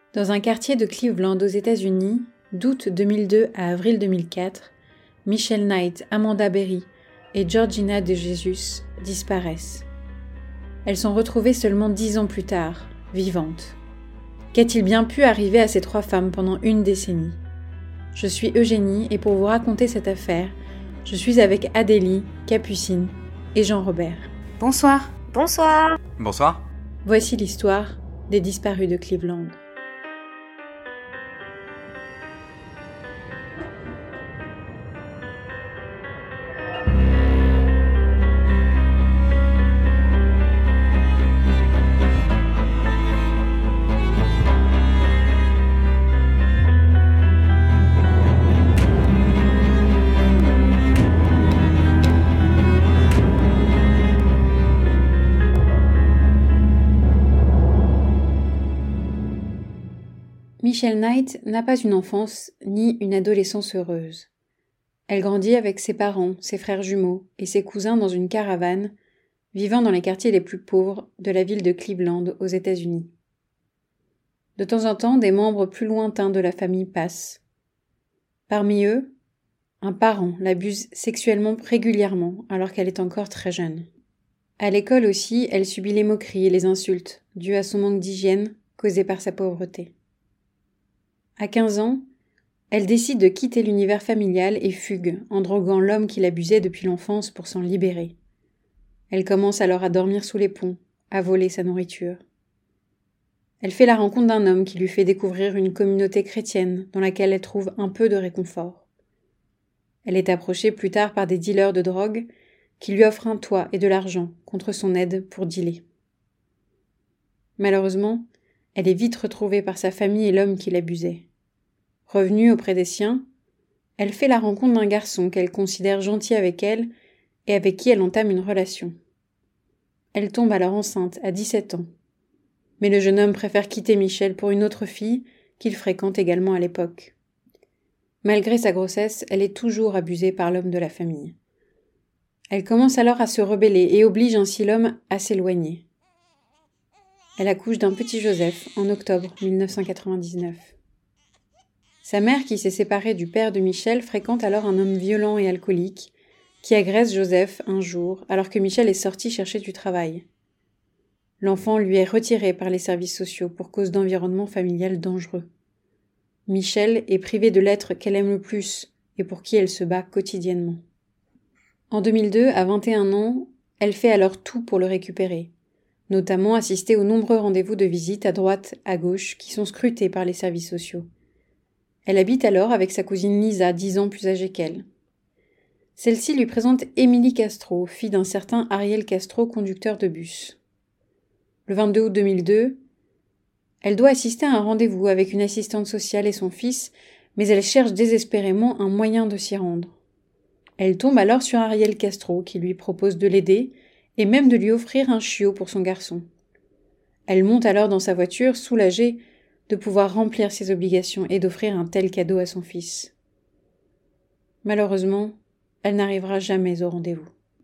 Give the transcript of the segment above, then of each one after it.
Dans un quartier de Cleveland aux États-Unis, d'août 2002 à avril 2004, Michelle Knight, Amanda Berry et Georgina De Jesus disparaissent. Elles sont retrouvées seulement 10 ans plus tard, vivantes. Qu'a-t-il bien pu arriver à ces 3 femmes pendant une décennie ? Je suis Eugénie et pour vous raconter cette affaire, je suis avec Adélie, Capucine et Jean-Robert. Bonsoir. Bonsoir. Bonsoir. Voici l'histoire des disparus de Cleveland. Michelle Knight n'a pas une enfance ni une adolescence heureuse. Elle grandit avec ses parents, ses frères jumeaux et ses cousins dans une caravane, vivant dans les quartiers les plus pauvres de la ville de Cleveland aux États-Unis. De temps en temps, des membres plus lointains de la famille passent. Parmi eux, un parent l'abuse sexuellement régulièrement alors qu'elle est encore très jeune. À l'école aussi, elle subit les moqueries et les insultes, dues à son manque d'hygiène causé par sa pauvreté. À 15 ans, elle décide de quitter l'univers familial et fugue en droguant l'homme qui l'abusait depuis l'enfance pour s'en libérer. Elle commence alors à dormir sous les ponts, à voler sa nourriture. Elle fait la rencontre d'un homme qui lui fait découvrir une communauté chrétienne dans laquelle elle trouve un peu de réconfort. Elle est approchée plus tard par des dealers de drogue qui lui offrent un toit et de l'argent contre son aide pour dealer. Malheureusement, elle est vite retrouvée par sa famille et l'homme qui l'abusait. Revenue auprès des siens, elle fait la rencontre d'un garçon qu'elle considère gentil avec elle et avec qui elle entame une relation. Elle tombe alors enceinte à 17 ans. Mais le jeune homme préfère quitter Michelle pour une autre fille qu'il fréquente également à l'époque. Malgré sa grossesse, elle est toujours abusée par l'homme de la famille. Elle commence alors à se rebeller et oblige ainsi l'homme à s'éloigner. Elle accouche d'un petit Joseph en octobre 1999. Sa mère, qui s'est séparée du père de Michelle, fréquente alors un homme violent et alcoolique qui agresse Joseph un jour alors que Michelle est sortie chercher du travail. L'enfant lui est retiré par les services sociaux pour cause d'environnement familial dangereux. Michelle est privée de l'être qu'elle aime le plus et pour qui elle se bat quotidiennement. En 2002, à 21 ans, elle fait alors tout pour le récupérer, notamment assister aux nombreux rendez-vous de visite à droite, à gauche, qui sont scrutés par les services sociaux. Elle habite alors avec sa cousine Lisa, 10 ans plus âgée qu'elle. Celle-ci lui présente Émilie Castro, fille d'un certain Ariel Castro, conducteur de bus. Le 22 août 2002, elle doit assister à un rendez-vous avec une assistante sociale et son fils, mais elle cherche désespérément un moyen de s'y rendre. Elle tombe alors sur Ariel Castro, qui lui propose de l'aider et même de lui offrir un chiot pour son garçon. Elle monte alors dans sa voiture, soulagée de pouvoir remplir ses obligations et d'offrir un tel cadeau à son fils. Malheureusement, elle n'arrivera jamais au rendez-vous.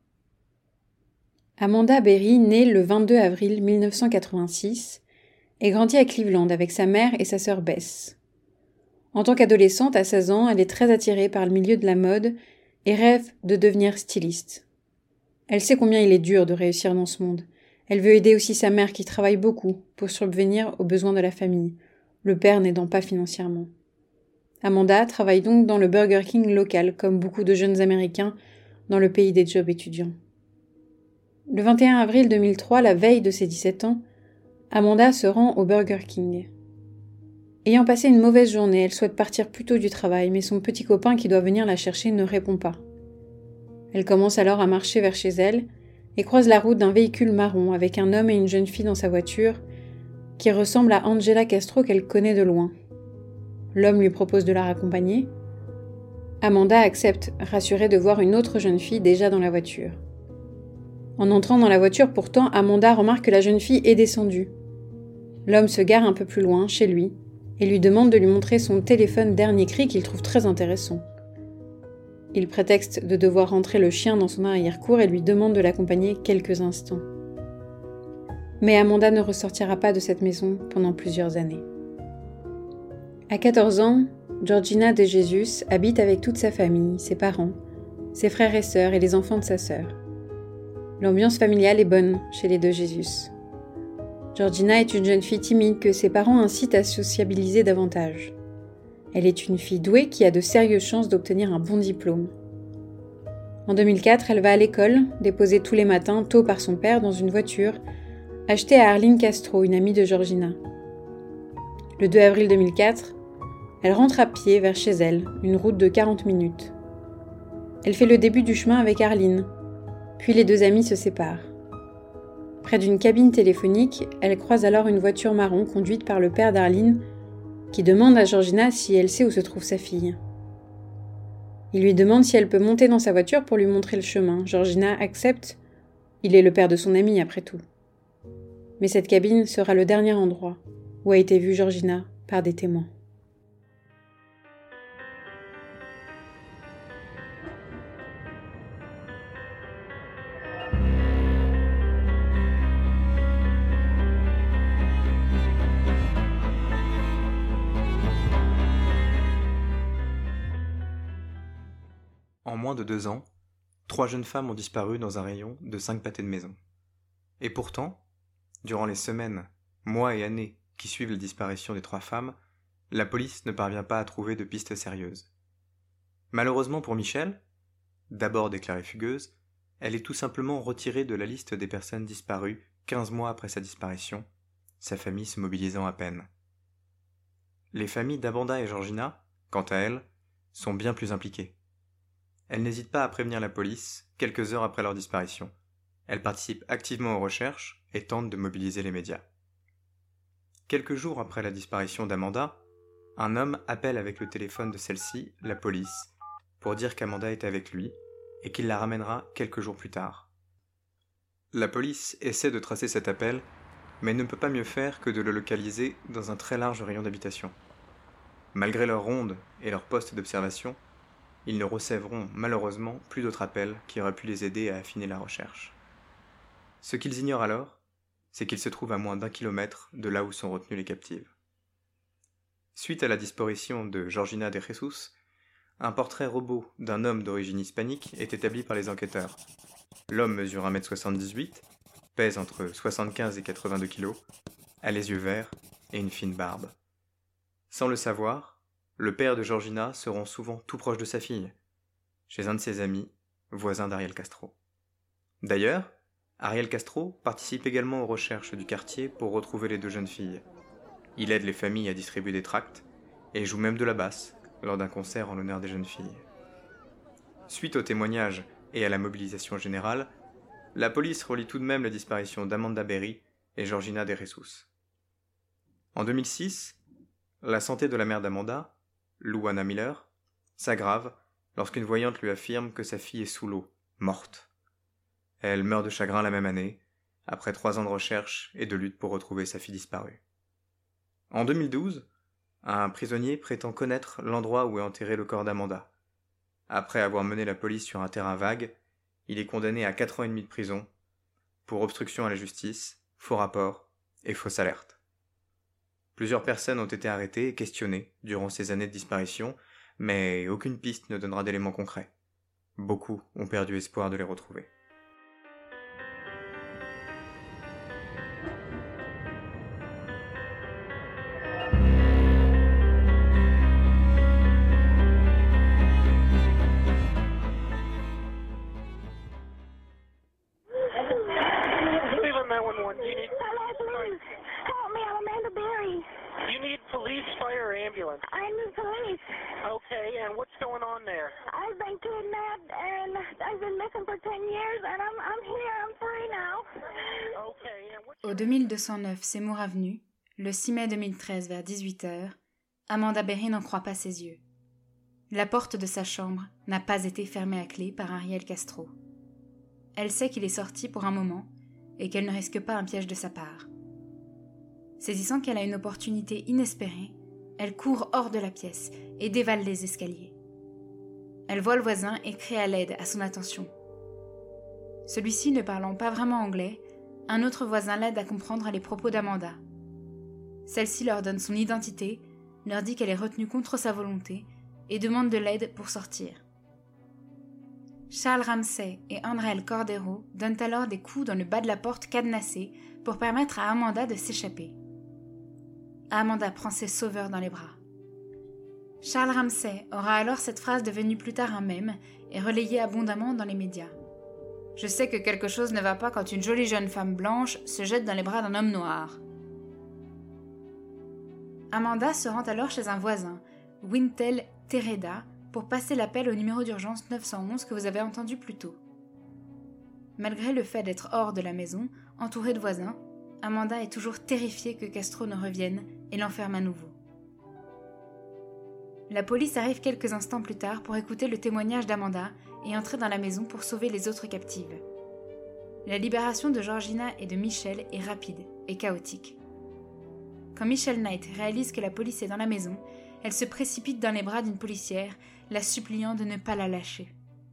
Amanda Berry naît le 22 avril 1986 et grandit à Cleveland avec sa mère et sa sœur Bess. En tant qu'adolescente, à 16 ans, elle est très attirée par le milieu de la mode et rêve de devenir styliste. Elle sait combien il est dur de réussir dans ce monde. Elle veut aider aussi sa mère qui travaille beaucoup pour subvenir aux besoins de la famille, le père n'aidant pas financièrement. Amanda travaille donc dans le Burger King local, comme beaucoup de jeunes Américains dans le pays des jobs étudiants. Le 21 avril 2003, la veille de ses 17 ans, Amanda se rend au Burger King. Ayant passé une mauvaise journée, elle souhaite partir plus tôt du travail, mais son petit copain qui doit venir la chercher ne répond pas. Elle commence alors à marcher vers chez elle et croise la route d'un véhicule marron avec un homme et une jeune fille dans sa voiture qui ressemble à Angela Castro qu'elle connaît de loin. L'homme lui propose de la raccompagner. Amanda accepte, rassurée de voir une autre jeune fille déjà dans la voiture. En entrant dans la voiture, pourtant, Amanda remarque que la jeune fille est descendue. L'homme se gare un peu plus loin, chez lui, et lui demande de lui montrer son téléphone dernier cri qu'il trouve très intéressant. Il prétexte de devoir rentrer le chien dans son arrière-cour et lui demande de l'accompagner quelques instants. Mais Amanda ne ressortira pas de cette maison pendant plusieurs années. À 14 ans, Georgina de Jesus habite avec toute sa famille, ses parents, ses frères et sœurs et les enfants de sa sœur. L'ambiance familiale est bonne chez les de Jesus. Georgina est une jeune fille timide que ses parents incitent à sociabiliser davantage. Elle est une fille douée qui a de sérieuses chances d'obtenir un bon diplôme. En 2004, elle va à l'école, déposée tous les matins tôt par son père dans une voiture, achetée à Arlene Castro, une amie de Georgina. Le 2 avril 2004, elle rentre à pied vers chez elle, une route de 40 minutes. Elle fait le début du chemin avec Arlene, puis les deux amies se séparent. Près d'une cabine téléphonique, elle croise alors une voiture marron conduite par le père d'Arlene, qui demande à Georgina si elle sait où se trouve sa fille. Il lui demande si elle peut monter dans sa voiture pour lui montrer le chemin. Georgina accepte, il est le père de son amie après tout. Mais cette cabine sera le dernier endroit où a été vue Georgina par des témoins. En moins de 2 ans, 3 jeunes femmes ont disparu dans un rayon de 5 pâtés de maison. Et pourtant, durant les semaines, mois et années qui suivent la disparition des 3 femmes, la police ne parvient pas à trouver de pistes sérieuses. Malheureusement pour Michelle, d'abord déclarée fugueuse, elle est tout simplement retirée de la liste des personnes disparues 15 mois après sa disparition, sa famille se mobilisant à peine. Les familles d'Amanda et Georgina, quant à elles, sont bien plus impliquées. Elles n'hésitent pas à prévenir la police quelques heures après leur disparition. Elles participent activement aux recherches et tentent de mobiliser les médias. Quelques jours après la disparition d'Amanda, un homme appelle avec le téléphone de celle-ci la police pour dire qu'Amanda est avec lui et qu'il la ramènera quelques jours plus tard. La police essaie de tracer cet appel, mais ne peut pas mieux faire que de le localiser dans un très large rayon d'habitation. Malgré leur ronde et leur poste d'observation, ils ne recevront malheureusement plus d'autres appels qui auraient pu les aider à affiner la recherche. Ce qu'ils ignorent alors, c'est qu'ils se trouvent à moins d'1 kilomètre de là où sont retenues les captives. Suite à la disparition de Georgina de Jesus, un portrait robot d'un homme d'origine hispanique est établi par les enquêteurs. L'homme mesure 1m78, pèse entre 75 et 82 kg, a les yeux verts et une fine barbe. Sans le savoir, le père de Georgina se rend souvent tout proche de sa fille, chez un de ses amis, voisin d'Ariel Castro. D'ailleurs, Ariel Castro participe également aux recherches du quartier pour retrouver les 2 jeunes filles. Il aide les familles à distribuer des tracts et joue même de la basse lors d'un concert en l'honneur des jeunes filles. Suite aux témoignages et à la mobilisation générale, la police relie tout de même la disparition d'Amanda Berry et Georgina de Jesus. En 2006, la santé de la mère d'Amanda, Luana Miller, s'aggrave lorsqu'une voyante lui affirme que sa fille est sous l'eau, morte. Elle meurt de chagrin la même année, après 3 ans de recherche et de lutte pour retrouver sa fille disparue. En 2012, un prisonnier prétend connaître l'endroit où est enterré le corps d'Amanda. Après avoir mené la police sur un terrain vague, il est condamné à 4 ans et demi de prison pour obstruction à la justice, faux rapport et fausse alerte. Plusieurs personnes ont été arrêtées et questionnées durant ces années de disparition, mais aucune piste ne donnera d'éléments concrets. Beaucoup ont perdu espoir de les retrouver. You need police, fire, or ambulance? I need police. Okay, and what's going on there? I've been kidnapped and I've been missing for 10 years and I'm here, I'm free now. Okay, and what's... Au 2209 Seymour Avenue, le 6 mai 2013 vers 18h, Amanda Berry n'en croit pas ses yeux. La porte de sa chambre n'a pas été fermée à clé par Ariel Castro. Elle sait qu'il est sorti pour un moment et qu'elle ne risque pas un piège de sa part. Saisissant qu'elle a une opportunité inespérée, elle court hors de la pièce et dévale les escaliers. Elle voit le voisin et crie à l'aide, à son attention. Celui-ci ne parlant pas vraiment anglais, un autre voisin l'aide à comprendre les propos d'Amanda. Celle-ci leur donne son identité leur dit qu'elle est retenue contre sa volonté et demande de l'aide pour sortir. Charles Ramsey et Andrel Cordero donnent alors des coups dans le bas de la porte cadenassée pour permettre à Amanda de s'échapper. Amanda prend ses sauveurs dans les bras. Charles Ramsey aura alors cette phrase devenue plus tard un mème et relayée abondamment dans les médias. « Je sais que quelque chose ne va pas quand une jolie jeune femme blanche se jette dans les bras d'un homme noir. » Amanda se rend alors chez un voisin, Wintel Tereda, pour passer l'appel au numéro d'urgence 911 que vous avez entendu plus tôt. Malgré le fait d'être hors de la maison, entourée de voisins, Amanda est toujours terrifiée que Castro ne revienne et l'enferme à nouveau. La police arrive quelques instants plus tard pour écouter le témoignage d'Amanda et entrer dans la maison pour sauver les autres captives. La libération de Georgina et de Michelle est rapide et chaotique. Quand Michelle Knight réalise que la police est dans la maison, elle se précipite dans les bras d'une policière, la suppliant de ne pas la lâcher.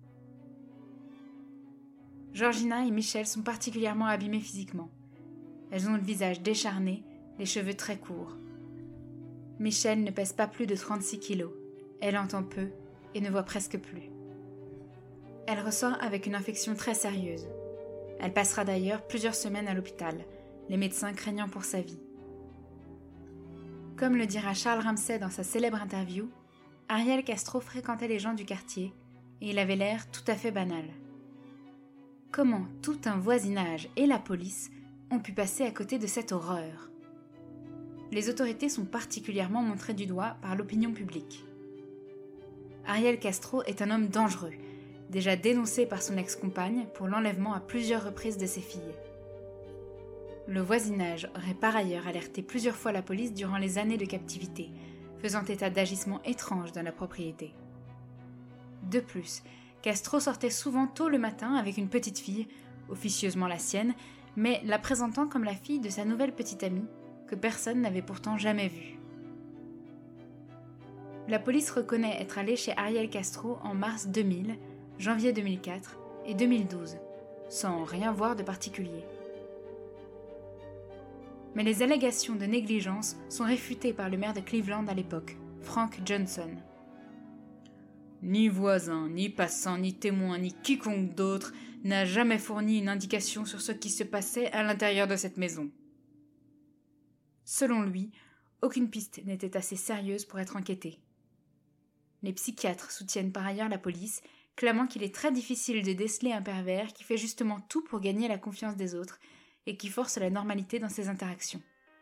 Georgina et Michelle sont particulièrement abîmées physiquement. Elles ont le visage décharné, les cheveux très courts. Michelle ne pèse pas plus de 36 kilos. Elle entend peu et ne voit presque plus. Elle ressort avec une infection très sérieuse. Elle passera d'ailleurs plusieurs semaines à l'hôpital, les médecins craignant pour sa vie. Comme le dira Charles Ramsey dans sa célèbre interview, Ariel Castro fréquentait les gens du quartier et il avait l'air tout à fait banal. Comment tout un voisinage et la police ont pu passer à côté de cette horreur ? Les autorités sont particulièrement montrées du doigt par l'opinion publique. Ariel Castro est un homme dangereux, déjà dénoncé par son ex-compagne pour l'enlèvement à plusieurs reprises de ses filles. Le voisinage aurait par ailleurs alerté plusieurs fois la police durant les années de captivité, faisant état d'agissements étranges dans la propriété. De plus, Castro sortait souvent tôt le matin avec une petite fille, officieusement la sienne, mais la présentant comme la fille de sa nouvelle petite amie, que personne n'avait pourtant jamais vue. La police reconnaît être allée chez Ariel Castro en mars 2000, janvier 2004 et 2012, sans rien voir de particulier. Mais les allégations de négligence sont réfutées par le maire de Cleveland à l'époque, Frank Johnson. Ni voisin, ni passant, ni témoin, ni quiconque d'autre n'a jamais fourni une indication sur ce qui se passait à l'intérieur de cette maison. Selon lui, aucune piste n'était assez sérieuse pour être enquêtée. Les psychiatres soutiennent par ailleurs la police, clamant qu'il est très difficile de déceler un pervers qui fait justement tout pour gagner la confiance des autres et qui force la normalité dans ses interactions.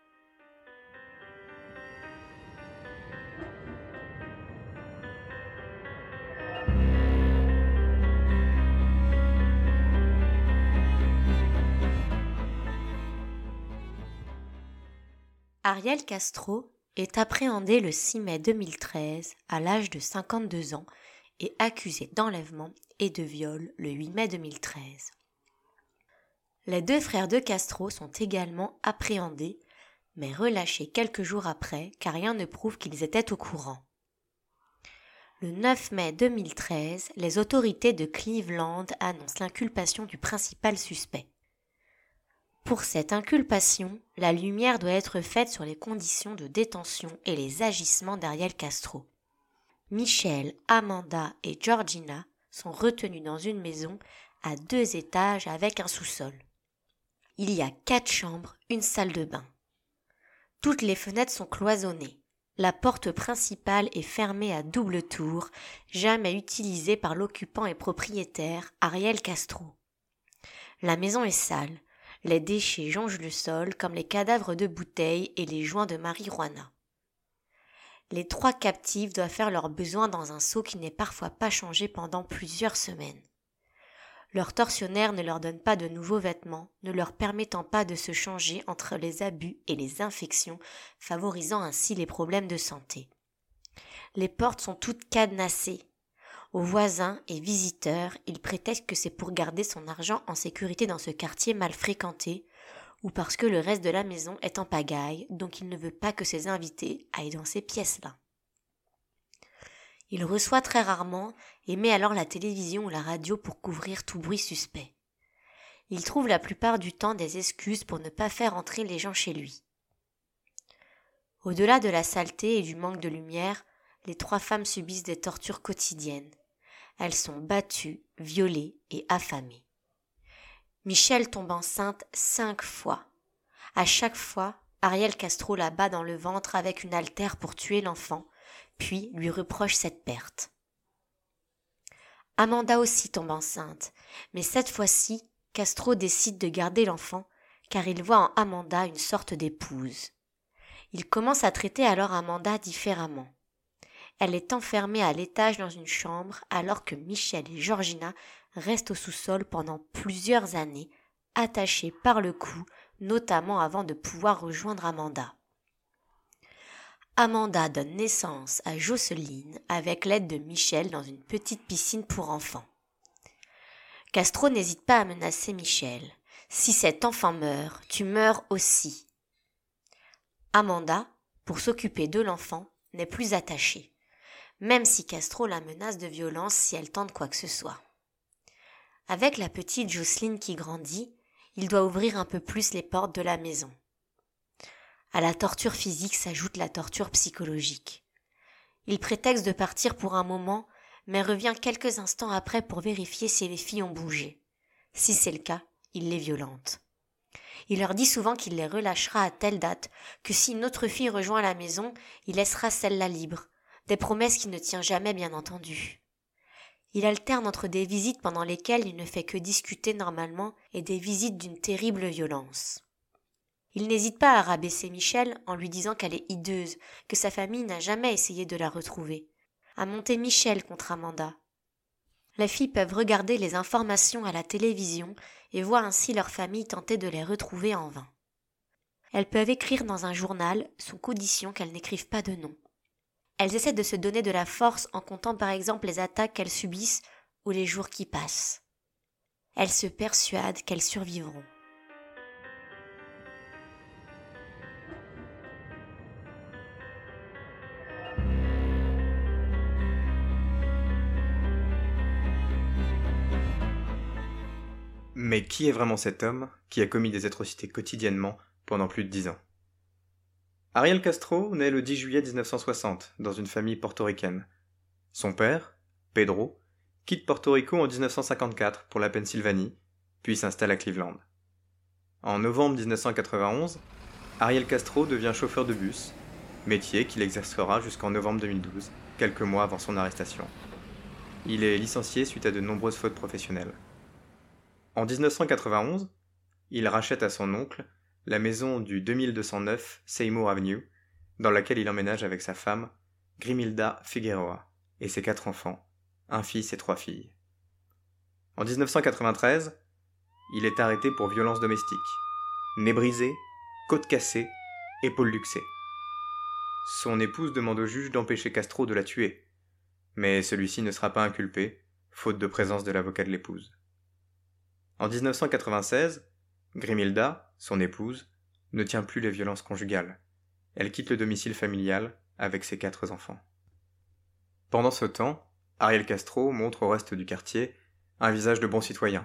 Ariel Castro est appréhendé le 6 mai 2013 à l'âge de 52 ans et accusé d'enlèvement et de viol le 8 mai 2013. Les deux frères de Castro sont également appréhendés, mais relâchés quelques jours après car rien ne prouve qu'ils étaient au courant. Le 9 mai 2013, les autorités de Cleveland annoncent l'inculpation du principal suspect. Pour cette inculpation, la lumière doit être faite sur les conditions de détention et les agissements d'Ariel Castro. Michelle, Amanda et Georgina sont retenus dans une maison à 2 étages avec un sous-sol. Il y a 4 chambres, une salle de bain. Toutes les fenêtres sont cloisonnées. La porte principale est fermée à double tour, jamais utilisée par l'occupant et propriétaire Ariel Castro. La maison est sale. Les déchets jonchent le sol comme les cadavres de bouteilles et les joints de marijuana. Les 3 captives doivent faire leurs besoins dans un seau qui n'est parfois pas changé pendant plusieurs semaines. Leur tortionnaire ne leur donne pas de nouveaux vêtements, ne leur permettant pas de se changer entre les abus et les infections, favorisant ainsi les problèmes de santé. Les portes sont toutes cadenassées. Aux voisins et visiteurs, il prétexte que c'est pour garder son argent en sécurité dans ce quartier mal fréquenté, ou parce que le reste de la maison est en pagaille, donc il ne veut pas que ses invités aillent dans ces pièces-là. Il reçoit très rarement et met alors la télévision ou la radio pour couvrir tout bruit suspect. Il trouve la plupart du temps des excuses pour ne pas faire entrer les gens chez lui. Au-delà de la saleté et du manque de lumière, les 3 femmes subissent des tortures quotidiennes. Elles sont battues, violées et affamées. Michelle tombe enceinte 5 fois. À chaque fois, Ariel Castro la bat dans le ventre avec une haltère pour tuer l'enfant, puis lui reproche cette perte. Amanda aussi tombe enceinte, mais cette fois-ci, Castro décide de garder l'enfant car il voit en Amanda une sorte d'épouse. Il commence à traiter alors Amanda différemment. Elle est enfermée à l'étage dans une chambre alors que Michelle et Georgina restent au sous-sol pendant plusieurs années, attachées par le cou, notamment avant de pouvoir rejoindre Amanda. Amanda donne naissance à Jocelyne avec l'aide de Michel dans une petite piscine pour enfants. Castro n'hésite pas à menacer Michel. « Si cet enfant meurt, tu meurs aussi. » Amanda, pour s'occuper de l'enfant, n'est plus attachée, même si Castro la menace de violence si elle tente quoi que ce soit. Avec la petite Jocelyne qui grandit, il doit ouvrir un peu plus les portes de la maison. À la torture physique s'ajoute la torture psychologique. Il prétexte de partir pour un moment, mais revient quelques instants après pour vérifier si les filles ont bougé. Si c'est le cas, il les violente. Il leur dit souvent qu'il les relâchera à telle date, que si une autre fille rejoint la maison, il laissera celle-là libre. Des promesses qu'il ne tient jamais, bien entendu. Il alterne entre des visites pendant lesquelles il ne fait que discuter normalement et des visites d'une terrible violence. Il n'hésite pas à rabaisser Michelle en lui disant qu'elle est hideuse, que sa famille n'a jamais essayé de la retrouver, à monter Michelle contre Amanda. Les filles peuvent regarder les informations à la télévision et voir ainsi leur famille tenter de les retrouver en vain. Elles peuvent écrire dans un journal sous condition qu'elles n'écrivent pas de nom. Elles essaient de se donner de la force en comptant par exemple les attaques qu'elles subissent ou les jours qui passent. Elles se persuadent qu'elles survivront. Mais qui est vraiment cet homme qui a commis des atrocités quotidiennement pendant plus de 10 ans? Ariel Castro naît le 10 juillet 1960 dans une famille portoricaine. Son père, Pedro, quitte Porto Rico en 1954 pour la Pennsylvanie, puis s'installe à Cleveland. En novembre 1991, Ariel Castro devient chauffeur de bus, métier qu'il exercera jusqu'en novembre 2012, quelques mois avant son arrestation. Il est licencié suite à de nombreuses fautes professionnelles. En 1991, il rachète à son oncle la maison du 2209 Seymour Avenue, dans laquelle il emménage avec sa femme, Grimilda Figueroa, et ses 4 enfants, un fils et 3 filles. En 1993, il est arrêté pour violence domestique, nez brisé, côte cassée, épaules luxées. Son épouse demande au juge d'empêcher Castro de la tuer, mais celui-ci ne sera pas inculpé, faute de présence de l'avocat de l'épouse. En 1996, Grimilda, son épouse, ne tient plus les violences conjugales. Elle quitte le domicile familial avec ses 4 enfants. Pendant ce temps, Ariel Castro montre au reste du quartier un visage de bon citoyen.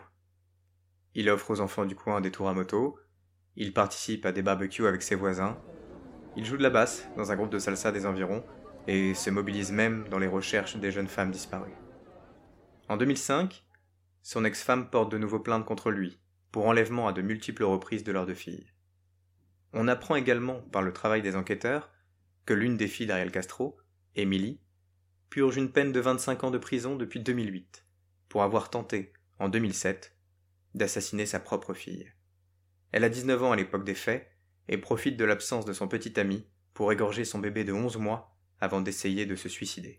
Il offre aux enfants du coin des tours à moto, il participe à des barbecues avec ses voisins, il joue de la basse dans un groupe de salsa des environs et se mobilise même dans les recherches des jeunes femmes disparues. En 2005, son ex-femme porte de nouveau plainte contre lui, pour enlèvement à de multiples reprises de leurs 2 filles. On apprend également, par le travail des enquêteurs, que l'une des filles d'Ariel Castro, Emily, purge une peine de 25 ans de prison depuis 2008, pour avoir tenté, en 2007, d'assassiner sa propre fille. Elle a 19 ans à l'époque des faits, et profite de l'absence de son petit ami pour égorger son bébé de 11 mois avant d'essayer de se suicider.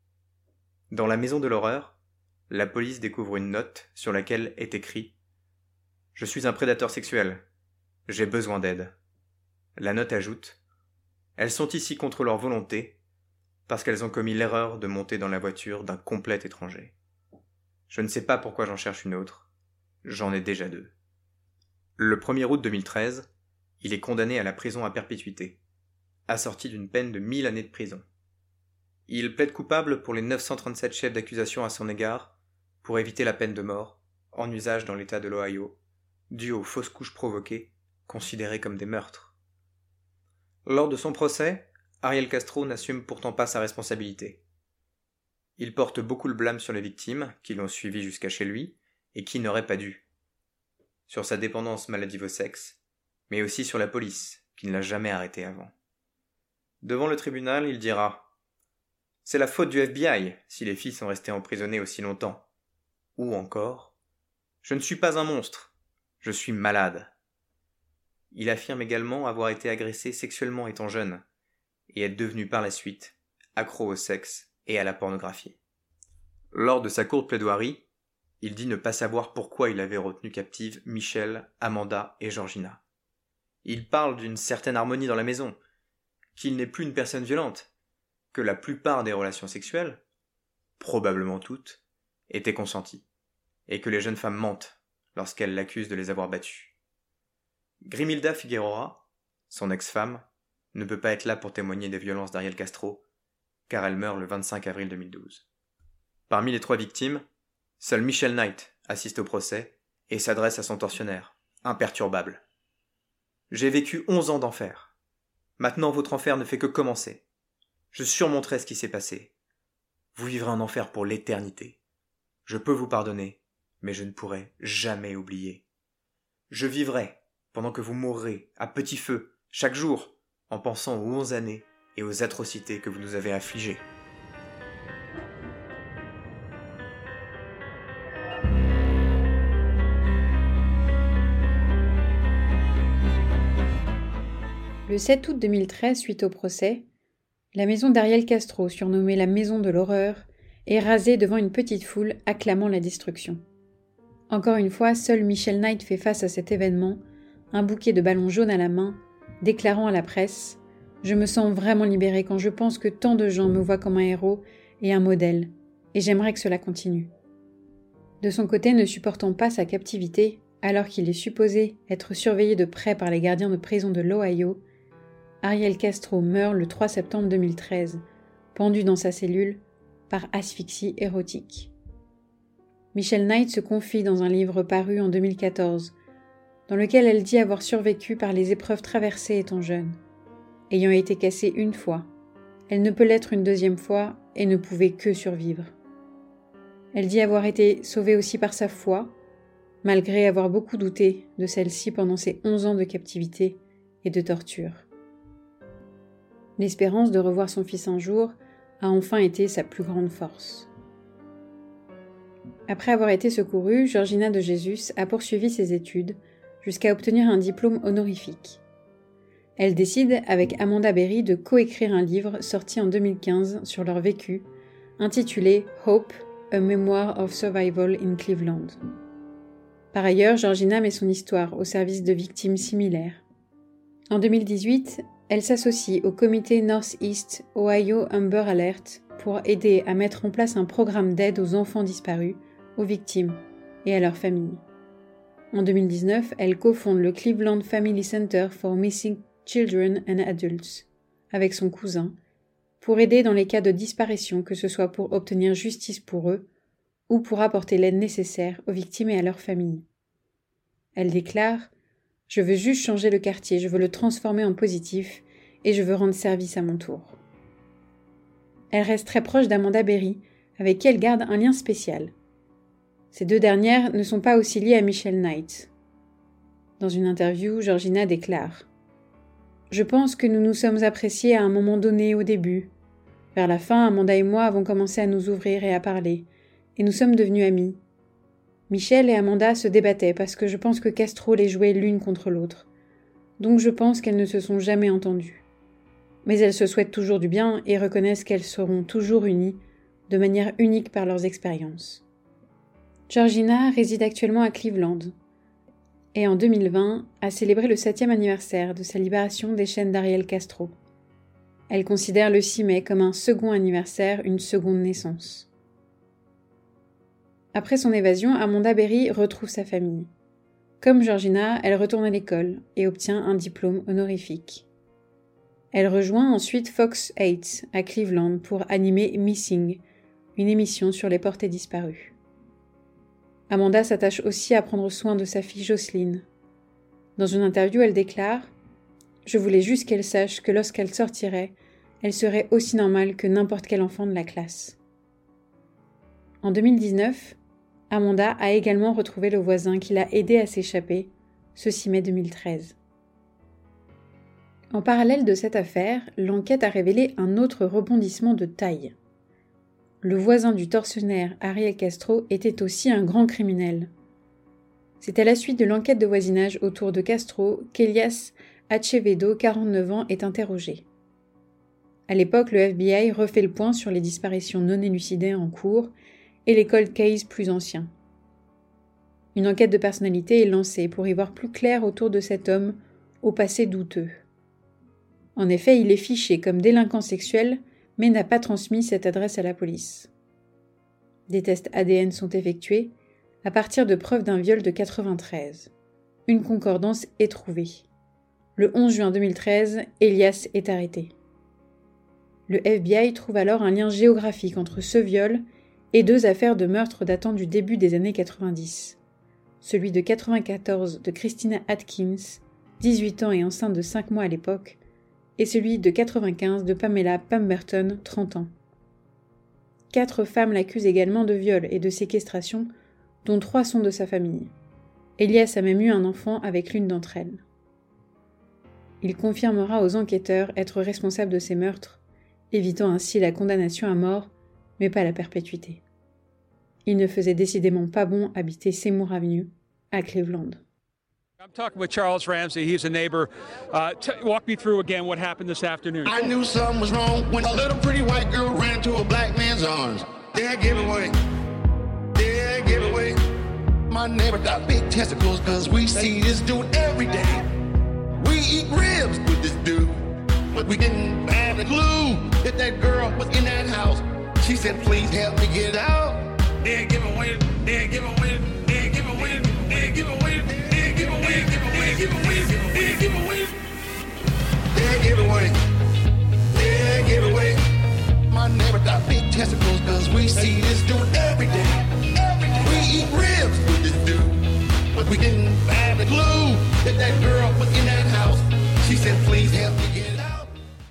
Dans la maison de l'horreur, la police découvre une note sur laquelle est écrit « Je suis un prédateur sexuel. J'ai besoin d'aide. » La note ajoute « Elles sont ici contre leur volonté parce qu'elles ont commis l'erreur de monter dans la voiture d'un complet étranger. Je ne sais pas pourquoi j'en cherche une autre. J'en ai déjà 2. » Le 1er août 2013, il est condamné à la prison à perpétuité, assorti d'une peine de 1000 années de prison. Il plaide coupable pour les 937 chefs d'accusation à son égard, pour éviter la peine de mort, en usage dans l'État de l'Ohio, due aux fausses couches provoquées, considérées comme des meurtres. Lors de son procès, Ariel Castro n'assume pourtant pas sa responsabilité. Il porte beaucoup le blâme sur les victimes qui l'ont suivi jusqu'à chez lui et qui n'auraient pas dû. Sur sa dépendance maladive au sexe, mais aussi sur la police qui ne l'a jamais arrêté avant. Devant le tribunal, il dira « C'est la faute du FBI si les filles sont restées emprisonnées aussi longtemps. » Ou encore « Je ne suis pas un monstre, je suis malade. » Il affirme également avoir été agressé sexuellement étant jeune et être devenu par la suite accro au sexe et à la pornographie. Lors de sa courte plaidoirie, il dit ne pas savoir pourquoi il avait retenu captive Michelle, Amanda et Georgina. Il parle d'une certaine harmonie dans la maison, qu'il n'est plus une personne violente, que la plupart des relations sexuelles, probablement toutes, étaient consenties, et que les jeunes femmes mentent lorsqu'elles l'accusent de les avoir battues. Grimilda Figueroa, son ex-femme, ne peut pas être là pour témoigner des violences d'Ariel Castro, car elle meurt le 25 avril 2012. Parmi les 3 victimes, seul Michelle Knight assiste au procès et s'adresse à son tortionnaire, imperturbable. « J'ai vécu 11 ans d'enfer. Maintenant votre enfer ne fait que commencer. Je surmonterai ce qui s'est passé. Vous vivrez un enfer pour l'éternité. Je peux vous pardonner, mais je ne pourrai jamais oublier. Je vivrai pendant que vous mourrez à petit feu, chaque jour, en pensant aux 11 années et aux atrocités que vous nous avez infligées. » Le 7 août 2013, suite au procès, la maison d'Ariel Castro, surnommée la Maison de l'Horreur, est rasée devant une petite foule acclamant la destruction. Encore une fois, seul Michelle Knight fait face à cet événement, un bouquet de ballons jaunes à la main, déclarant à la presse « Je me sens vraiment libérée quand je pense que tant de gens me voient comme un héros et un modèle, et j'aimerais que cela continue. » De son côté, ne supportant pas sa captivité, alors qu'il est supposé être surveillé de près par les gardiens de prison de l'Ohio, Ariel Castro meurt le 3 septembre 2013, pendu dans sa cellule, par asphyxie érotique. Michelle Knight se confie dans un livre paru en 2014, dans lequel elle dit avoir survécu par les épreuves traversées étant jeune. Ayant été cassée une fois, elle ne peut l'être une deuxième fois et ne pouvait que survivre. Elle dit avoir été sauvée aussi par sa foi, malgré avoir beaucoup douté de celle-ci pendant ses 11 ans de captivité et de torture. L'espérance de revoir son fils un jour a enfin été sa plus grande force. Après avoir été secourue, Georgina de Jesus a poursuivi ses études jusqu'à obtenir un diplôme honorifique. Elle décide, avec Amanda Berry, de coécrire un livre sorti en 2015 sur leur vécu, intitulé « Hope, a Memoir of Survival in Cleveland ». Par ailleurs, Georgina met son histoire au service de victimes similaires. En 2018, elle s'associe au comité Northeast Ohio Amber Alert pour aider à mettre en place un programme d'aide aux enfants disparus, aux victimes et à leurs familles. En 2019, elle cofonde le Cleveland Family Center for Missing Children and Adults avec son cousin pour aider dans les cas de disparition, que ce soit pour obtenir justice pour eux ou pour apporter l'aide nécessaire aux victimes et à leurs familles. Elle déclare « Je veux juste changer le quartier, je veux le transformer en positif et je veux rendre service à mon tour. » Elle reste très proche d'Amanda Berry, avec qui elle garde un lien spécial. Ces 2 dernières ne sont pas aussi liées à Michelle Knight. Dans une interview, Georgina déclare « Je pense que nous nous sommes appréciés à un moment donné au début. Vers la fin, Amanda et moi avons commencé à nous ouvrir et à parler, et nous sommes devenus amis. Michelle et Amanda se débattaient parce que je pense que Castro les jouait l'une contre l'autre. Donc je pense qu'elles ne se sont jamais entendues. Mais elles se souhaitent toujours du bien et reconnaissent qu'elles seront toujours unies, de manière unique par leurs expériences. » Georgina réside actuellement à Cleveland et en 2020 a célébré le 7e anniversaire de sa libération des chaînes d'Ariel Castro. Elle considère le 6 mai comme un second anniversaire, une seconde naissance. Après son évasion, Amanda Berry retrouve sa famille. Comme Georgina, elle retourne à l'école et obtient un diplôme honorifique. Elle rejoint ensuite Fox 8 à Cleveland pour animer Missing, une émission sur les portées disparues. Amanda s'attache aussi à prendre soin de sa fille Jocelyn. Dans une interview, elle déclare « Je voulais juste qu'elle sache que lorsqu'elle sortirait, elle serait aussi normale que n'importe quel enfant de la classe. En 2019, Amanda a également retrouvé le voisin qui l'a aidé à s'échapper, ce 6 mai 2013. En parallèle de cette affaire, l'enquête a révélé un autre rebondissement de taille. Le voisin du tortionnaire Ariel Castro était aussi un grand criminel. C'est à la suite de l'enquête de voisinage autour de Castro qu'Elias Acevedo, 49 ans, est interrogé. À l'époque, le FBI refait le point sur les disparitions non élucidées en cours et les cold cases plus anciens. Une enquête de personnalité est lancée pour y voir plus clair autour de cet homme au passé douteux. En effet, il est fiché comme délinquant sexuel, mais n'a pas transmis cette adresse à la police. Des tests ADN sont effectués à partir de preuves d'un viol de 93. Une concordance est trouvée. Le 11 juin 2013, Elias est arrêté. Le FBI trouve alors un lien géographique entre ce viol et 2 affaires de meurtre datant du début des années 90. Celui de 94 de Christina Atkins, 18 ans et enceinte de 5 mois à l'époque, et celui de 95 de Pamela Pemberton, 30 ans. 4 femmes l'accusent également de viol et de séquestration, dont 3 sont de sa famille. Elias a même eu un enfant avec l'une d'entre elles. Il confirmera aux enquêteurs être responsable de ces meurtres, évitant ainsi la condamnation à mort, mais pas la perpétuité. Il ne faisait décidément pas bon habiter Seymour Avenue, à Cleveland. I'm talking with Charles Ramsey. He's a neighbor. Walk me through again what happened this afternoon. I knew something was wrong when a little pretty white girl ran to a black man's arms. Dad gave away. Dad gave away. My neighbor got big testicles cause we see this dude every day. We eat ribs with this dude, but we didn't have a clue that that girl was in that house. She said, please help me get out. Dad give away. Dad give away. Dad give away. Dad give away. Give away, give away, give away, give away. Dad give away. Dad give away. My neighbor got big testicles cause we see this dude every day. Every day. We eat ribs with this dude, but we didn't have a clue that that girl was in that house. She said, please help me get out.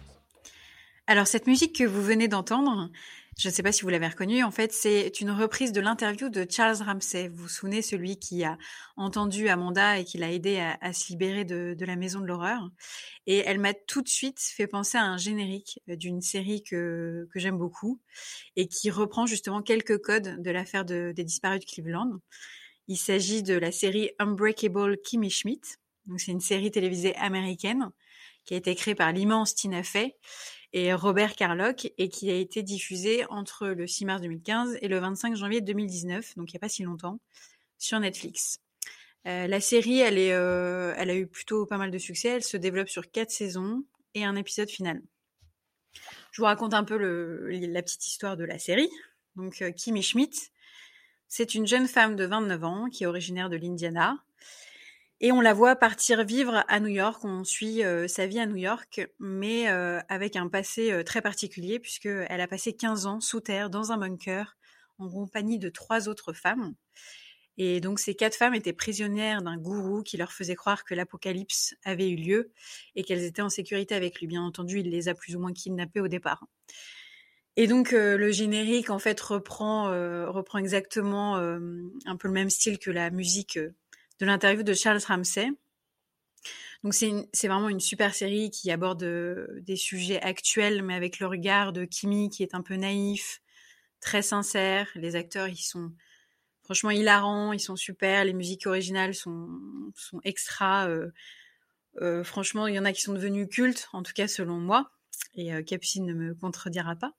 Alors cette musique que vous venez d'entendre, je ne sais pas si vous l'avez reconnue, en fait, c'est une reprise de l'interview de Charles Ramsey. Vous vous souvenez, celui qui a entendu Amanda et qui l'a aidé à se libérer de la maison de l'horreur. Et elle m'a tout de suite fait penser à un générique d'une série que j'aime beaucoup et qui reprend justement quelques codes de l'affaire des disparus de Cleveland. Il s'agit de la série Unbreakable Kimmy Schmidt. Donc, c'est une série télévisée américaine qui a été créée par l'immense Tina Fey et Robert Carlock et qui a été diffusée entre le 6 mars 2015 et le 25 janvier 2019, donc il n'y a pas si longtemps, sur Netflix. La série, elle a eu plutôt pas mal de succès. Elle se développe sur 4 saisons et un épisode final. Je vous raconte un peu la petite histoire de la série. Donc, Kimmy Schmidt, c'est une jeune femme de 29 ans qui est originaire de l'Indiana. Et on la voit partir vivre à New York. On suit sa vie à New York, mais avec un passé très particulier, puisqu'elle a passé 15 ans sous terre, dans un bunker, en compagnie de 3 autres femmes. Et donc, ces 4 femmes étaient prisonnières d'un gourou qui leur faisait croire que l'apocalypse avait eu lieu et qu'elles étaient en sécurité avec lui. Bien entendu, il les a plus ou moins kidnappées au départ. Et donc, le générique, en fait, reprend exactement un peu le même style que la musique de l'interview de Charles Ramsey. Donc, c'est vraiment une super série qui aborde des sujets actuels, mais avec le regard de Kimmy qui est un peu naïf, très sincère. Les acteurs, ils sont franchement hilarants, ils sont super. Les musiques originales sont extra. Franchement, il y en a qui sont devenus cultes, en tout cas selon moi. Et Capucine ne me contredira pas.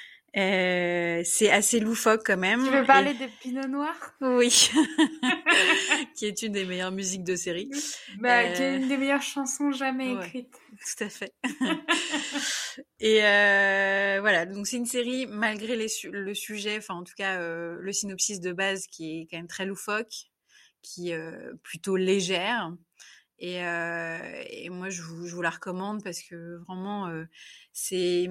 C'est assez loufoque quand même. Tu veux parler de Pinot Noir ? Oui. Qui est une des meilleures musiques de série. Qui est une des meilleures chansons jamais écrites. Tout à fait. Et voilà, donc c'est une série, malgré le sujet, enfin en tout cas le synopsis de base qui est quand même très loufoque, qui est plutôt légère. Et moi je vous la recommande parce que vraiment c'est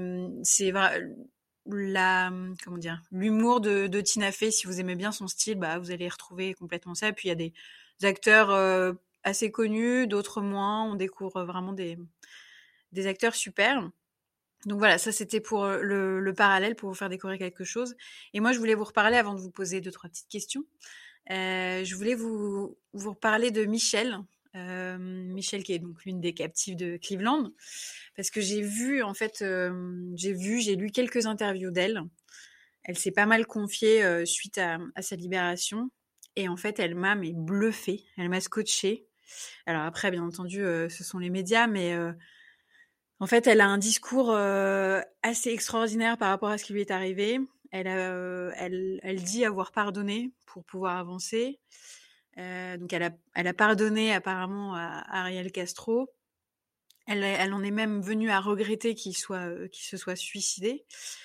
l'humour de Tina Fey. Si vous aimez bien son style, vous allez retrouver complètement ça. Et puis il y a des acteurs assez connus, d'autres moins. On découvre vraiment des acteurs super. Donc voilà, ça c'était pour le parallèle, pour vous faire découvrir quelque chose. Et moi, je voulais vous reparler, avant de vous poser 2-3 petites questions, je voulais vous reparler de Michelle. Michelle, qui est donc l'une des captives de Cleveland, parce que j'ai vu, en fait, j'ai lu quelques interviews d'elle. Elle s'est pas mal confiée suite à sa libération. Et en fait, elle m'a bluffée, elle m'a scotchée. Alors après, bien entendu, ce sont les médias, mais en fait, elle a un discours assez extraordinaire par rapport à ce qui lui est arrivé. Elle dit avoir pardonné pour pouvoir avancer. Donc elle a pardonné apparemment à Ariel Castro. Elle en est même venue à regretter qu'il se soit suicidé.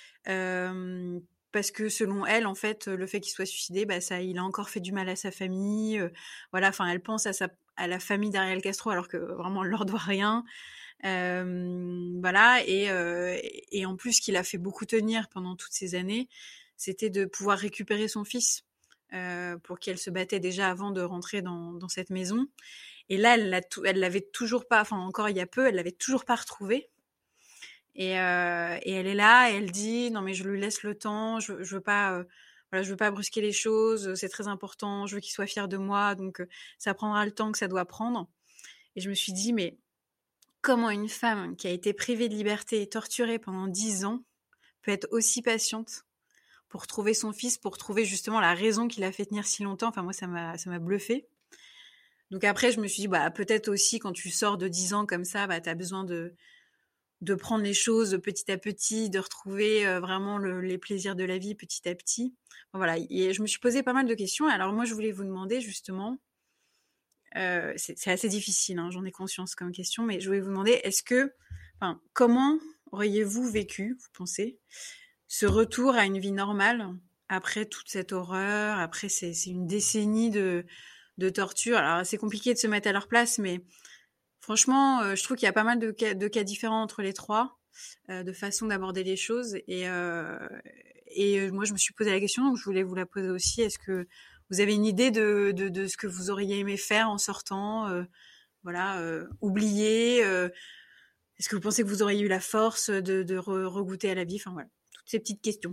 Parce que selon elle, en fait, le fait qu'il soit suicidé, il a encore fait du mal à sa famille. Voilà, enfin, elle pense à la famille d'Ariel Castro alors que vraiment, elle leur doit rien. Voilà, et en plus, ce qui l'a fait beaucoup tenir pendant toutes ces années, c'était de pouvoir récupérer son fils, pour qui elle se battait déjà avant de rentrer dans cette maison. Et là, elle l'avait toujours pas, enfin encore il y a peu, elle l'avait toujours pas retrouvé. Et elle est là, et elle dit non mais je lui laisse le temps, je veux pas, voilà, je veux pas brusquer les choses, c'est très important, je veux qu'il soit fier de moi, donc ça prendra le temps que ça doit prendre. Et je me suis dit, mais comment une femme qui a été privée de liberté et torturée pendant 10 ans peut être aussi patiente pour trouver son fils, pour trouver justement la raison qui l'a fait tenir si longtemps. Enfin moi ça m'a bluffée. Donc après je me suis dit peut-être aussi quand tu sors de 10 ans comme ça, t'as besoin de prendre les choses petit à petit, de retrouver vraiment les plaisirs de la vie petit à petit. Enfin, voilà, et je me suis posé pas mal de questions. Alors moi, je voulais vous demander justement, c'est assez difficile, hein, j'en ai conscience comme question, mais je voulais vous demander, comment auriez-vous vécu, vous pensez, ce retour à une vie normale après toute cette horreur, après c'est une décennie de torture. Alors c'est compliqué de se mettre à leur place, mais franchement, je trouve qu'il y a pas mal de cas différents entre les trois, de façon d'aborder les choses. Et moi, je me suis posé la question, donc je voulais vous la poser aussi. Est-ce que vous avez une idée de ce que vous auriez aimé faire en sortant, oublier est-ce que vous pensez que vous auriez eu la force de regoûter à la vie? Enfin voilà, toutes ces petites questions.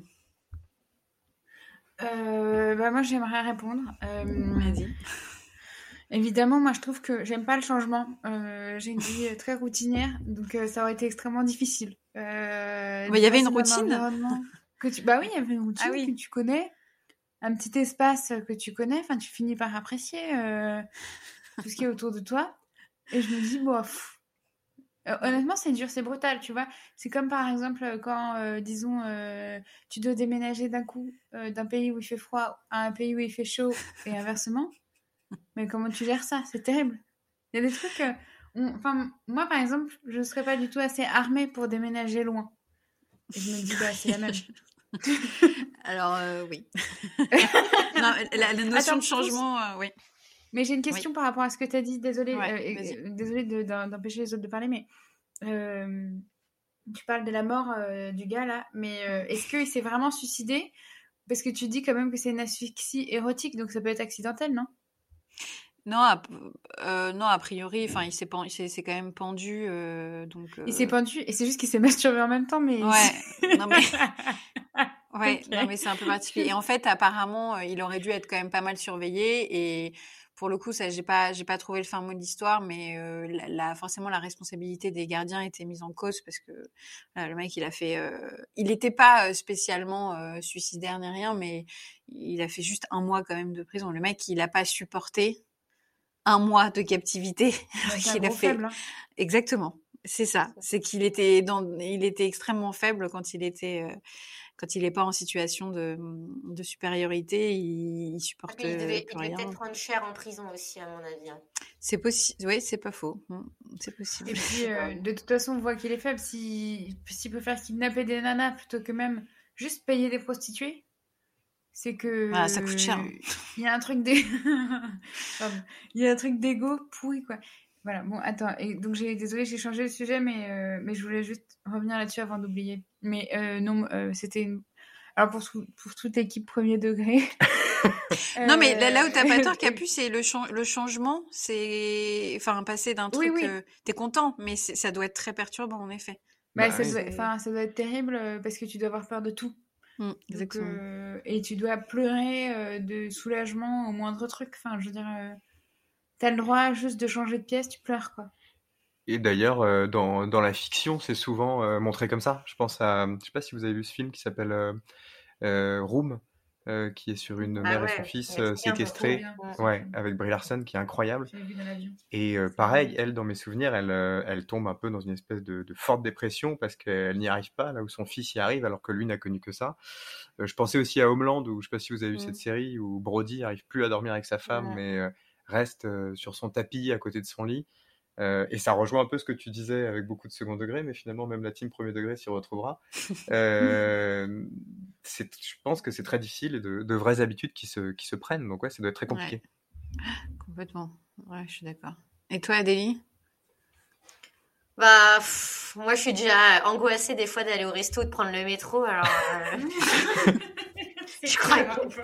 Moi, j'aimerais répondre. Vas-y. Évidemment, moi je trouve que j'aime pas le changement. J'ai une vie très routinière, donc ça aurait été extrêmement difficile. Il y avait une routine oui, il y avait une routine que tu connais, un petit espace que tu connais. Enfin, tu finis par apprécier tout ce qui est autour de toi. Et je me dis honnêtement, c'est dur, c'est brutal, tu vois. C'est comme par exemple quand, disons, tu dois déménager d'un coup d'un pays où il fait froid à un pays où il fait chaud et inversement. Mais comment tu gères ça? C'est terrible. Il y a des trucs... moi, par exemple, je ne serais pas du tout assez armée pour déménager loin. Et je me dis, c'est la même. Alors, oui. Non, la notion de changement, oui. Mais j'ai une question par rapport à ce que tu as dit. Désolée, désolée d'empêcher les autres de parler, mais tu parles de la mort du gars, là. Mais est-ce qu'il s'est vraiment suicidé? Parce que tu dis quand même que c'est une asphyxie érotique, donc ça peut être accidentel, non? Non, a priori, enfin, il s'est quand même pendu, donc. Il s'est pendu et c'est juste qu'il s'est masturbé en même temps, mais. Ouais. Non mais. Ouais. Okay. Non mais c'est un peu particulier. Et en fait, apparemment, il aurait dû être quand même pas mal surveillé. Et pour le coup, ça, j'ai pas trouvé le fin mot de l'histoire, mais forcément la responsabilité des gardiens était mise en cause parce que le mec, il a fait, il n'était pas spécialement suicidaire ni rien, mais il a fait juste 1 mois quand même de prison. Le mec, il a pas supporté 1 mois de captivité. Il a fait. Faible, hein. Exactement. C'est ça. C'est qu'il était extrêmement faible quand il n'est pas en situation de supériorité, il supporte il devait rien. peut-être prendre cher en prison aussi, à mon avis. C'est possible. Oui, c'est pas faux. C'est possible. Et puis, de toute façon, on voit qu'il est faible. S'il peut faire kidnapper des nanas plutôt que même juste payer des prostituées, c'est que... Ah, ça coûte cher. Il y a un truc d'égo pourri, quoi. Voilà, bon, attends. Et donc, désolée, j'ai changé le sujet, mais je voulais juste revenir là-dessus avant d'oublier. Mais non, c'était... Alors, pour toute l'équipe premier degré, Non, mais là où t'as pas tort, Capu, c'est le changement, c'est, enfin, passer d'un truc, Oui. t'es content, mais ça doit être très perturbant, en effet. Bah, Bah, ça doit être terrible parce que tu dois avoir peur de tout. Donc, Exactement. et tu dois pleurer de soulagement au moindre truc. Enfin, je veux dire, t'as le droit juste de changer de pièce, tu pleures, quoi. Et d'ailleurs, dans la fiction, c'est souvent montré comme ça. Je pense à, je sais pas si vous avez vu ce film qui s'appelle Room, qui est sur une mère et son fils séquestrés. Ouais, avec Brie Larson, qui est incroyable. J'ai vu dans l'avion. Et pareil, elle, dans mes souvenirs, elle tombe un peu dans une espèce de forte dépression parce qu'elle n'y arrive pas, là où son fils y arrive, alors que lui n'a connu que ça. Je pensais aussi à Homeland, où je sais pas si vous avez vu cette série, où Brody arrive plus à dormir avec sa femme, mais reste sur son tapis à côté de son lit. Et ça rejoint un peu ce que tu disais avec beaucoup de second degré, mais finalement même la team premier degré s'y retrouvera. Je pense que c'est très difficile et de vraies habitudes qui se prennent, donc ouais, ça doit être très compliqué. Ouais. Complètement. Ouais, je suis d'accord. Et toi, Adélie? Bah, moi, je suis déjà angoissée des fois d'aller au resto, de prendre le métro, alors je crois que...